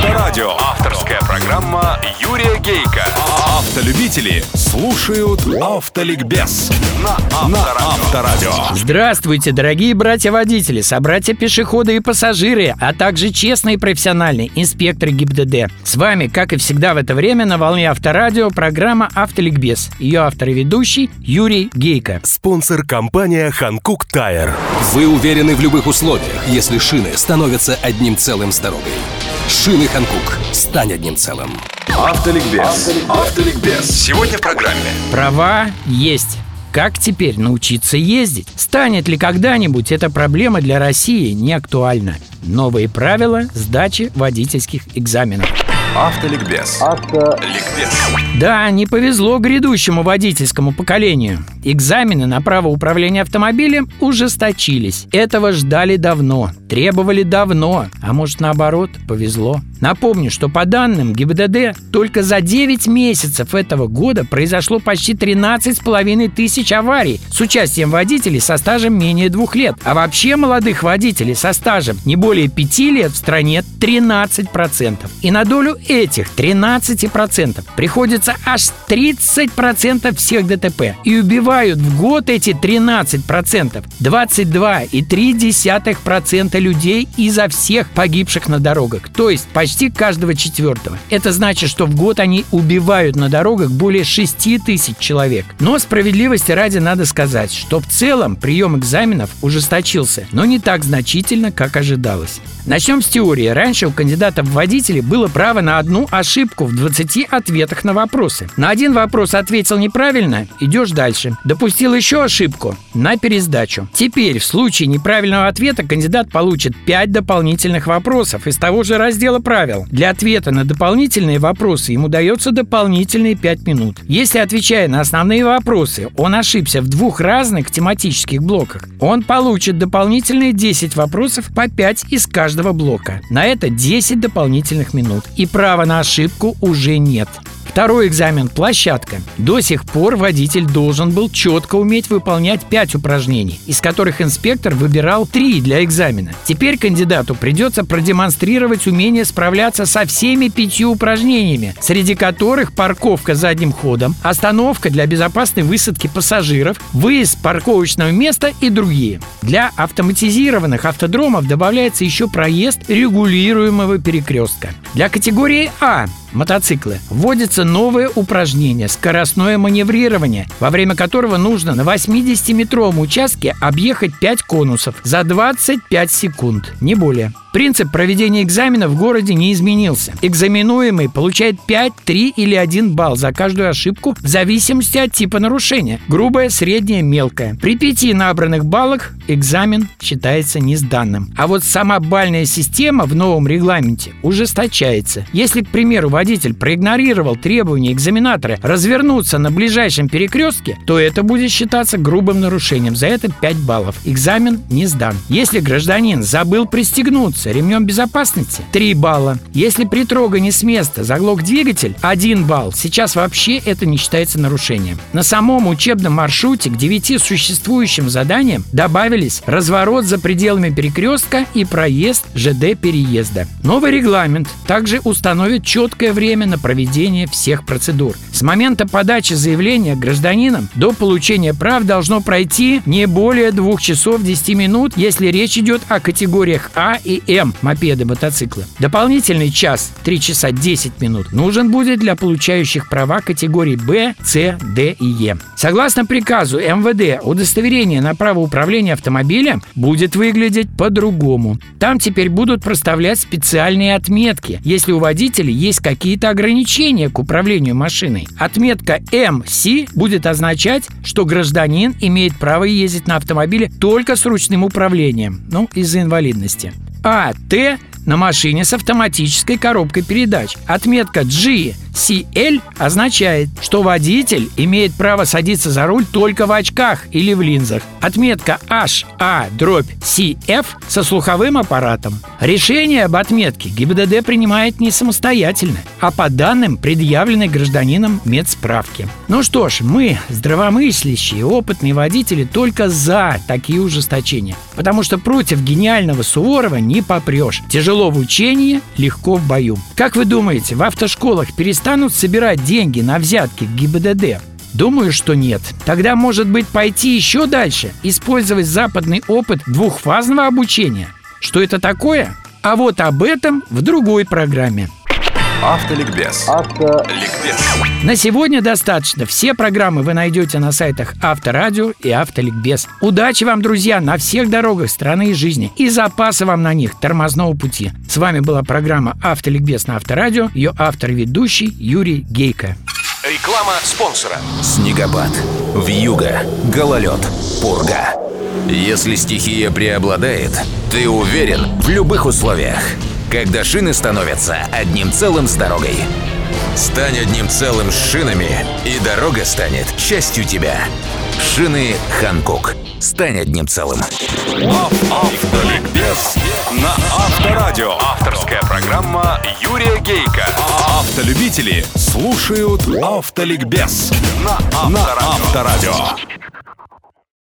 Авторадио. Авторская программа Юрия Гейка. Автолюбители слушают Автоликбез на Авторадио. Здравствуйте, дорогие братья-водители, собратья-пешеходы и пассажиры, а также честные и профессиональные инспекторы ГИБДД. С вами, как и всегда в это время, на волне Авторадио программа Автоликбез. Ее автор и ведущий Юрий Гейка. Спонсор — компания Hankook Tire. Вы уверены в любых условиях, если шины становятся одним целым с дорогой. Шины Hankook. Стань одним целым. Автоликбез. Сегодня в программе. Права есть. Как теперь научиться ездить? Станет ли когда-нибудь эта проблема для России не актуальна? Новые правила сдачи водительских экзаменов. Автоликбез. Да, не повезло грядущему водительскому поколению. Экзамены на право управления автомобилем ужесточились. Этого ждали давно, требовали давно, а может, наоборот, повезло. Напомню, что по данным ГИБДД только за 9 месяцев этого года произошло почти 13,5 тысяч аварий с участием водителей со стажем менее 2 лет. А вообще молодых водителей со стажем не более 5 лет в стране 13%. И на долю этих 13% приходится аж 30% всех ДТП. И убивают в год эти 13% 22,3% людей изо всех погибших на дорогах. То есть почти каждого четвертого. Это значит, что в год они убивают на дорогах более 6 тысяч человек. Но справедливости ради надо сказать, что в целом прием экзаменов ужесточился, но не так значительно, как ожидалось. Начнем с теории. Раньше у кандидатов в водители было право на одну ошибку в 20 ответах на вопросы. На один вопрос ответил неправильно — идешь дальше. Допустил еще ошибку — на пересдачу. Теперь в случае неправильного ответа кандидат получит 5 дополнительных вопросов из того же раздела правил. Для ответа на дополнительные вопросы ему дается дополнительные 5 минут. Если, отвечая на основные вопросы, он ошибся в 2 разных тематических блоках, он получит дополнительные 10 вопросов по 5 из каждого блока. На это 10 дополнительных минут. И права на ошибку уже нет. Второй экзамен – площадка. До сих пор водитель должен был четко уметь выполнять 5 упражнений, из которых инспектор выбирал 3 для экзамена. Теперь кандидату придется продемонстрировать умение справляться со всеми 5 упражнениями, среди которых парковка задним ходом, остановка для безопасной высадки пассажиров, выезд с парковочного места и другие. Для автоматизированных автодромов добавляется еще проезд регулируемого перекрестка. Для категории А – мотоциклы вводится новое упражнение – скоростное маневрирование, во время которого нужно на 80-метровом участке объехать 5 конусов за 25 секунд, не более. Принцип проведения экзамена в городе не изменился. Экзаменуемый получает 5, 3 или 1 балл за каждую ошибку в зависимости от типа нарушения – грубое, среднее, мелкое. При 5 набранных баллах экзамен считается несданным. А вот сама бальная система в новом регламенте ужесточается. Если, к примеру, водитель проигнорировал требования экзаменатора развернуться на ближайшем перекрестке, то это будет считаться грубым нарушением. За это 5 баллов. Экзамен не сдан. Если гражданин забыл пристегнуться ремнем безопасности, 3 балла. Если при трогании с места заглох двигатель, 1 балл. Сейчас вообще это не считается нарушением. На самом учебном маршруте к 9 существующим заданиям добавились разворот за пределами перекрестка и проезд ЖД-переезда. Новый регламент также установит четкое время на проведение всех процедур. С момента подачи заявления гражданином до получения прав должно пройти не более 2 часов 10 минут, если речь идет о категориях А и М мопеды, мотоциклы. Дополнительный час, 3 часа 10 минут, нужен будет для получающих права категорий Б, С, Д и Е. Согласно приказу МВД, удостоверение на право управления автомобилем будет выглядеть по-другому. Там теперь будут проставлять специальные отметки, если у водителя есть какие-то ограничения к управлению машиной. Отметка МС будет означать, что гражданин имеет право ездить на автомобиле только с ручным управлением, из-за инвалидности. А Т на машине с автоматической коробкой передач. Отметка G CL означает, что водитель имеет право садиться за руль только в очках или в линзах. Отметка HA/CF со слуховым аппаратом. Решение об отметке ГИБДД принимает не самостоятельно, а по данным, предъявленной гражданином медсправки. Ну что ж, мы, здравомыслящие, опытные водители, только за такие ужесточения. Потому что против гениального Суворова не попрешь. Тяжело в учении, легко в бою. Как вы думаете, в автошколах перестанут собирать деньги на взятки в ГИБДД? Думаю, что нет. Тогда, может быть, пойти еще дальше, использовать западный опыт двухфазного обучения. Что это такое? А вот об этом в другой программе. Автоликбез. На сегодня достаточно. Все программы вы найдете на сайтах Авторадио и Автоликбез. Удачи вам, друзья, на всех дорогах страны и жизни. И запаса вам на них тормозного пути. С вами была программа Автоликбез на Авторадио. Ее автор и ведущий Юрий Гейко. Реклама спонсора. Снегопад, вьюга, гололед, пурга. Если стихия преобладает, ты уверен в любых условиях. Когда шины становятся одним целым с дорогой. Стань одним целым с шинами, и дорога станет частью тебя. Шины Ханкук. Стань одним целым. Автоликбез на Авторадио. Авторская программа Юрия Гейка. Автолюбители слушают Автоликбез на Авторадио.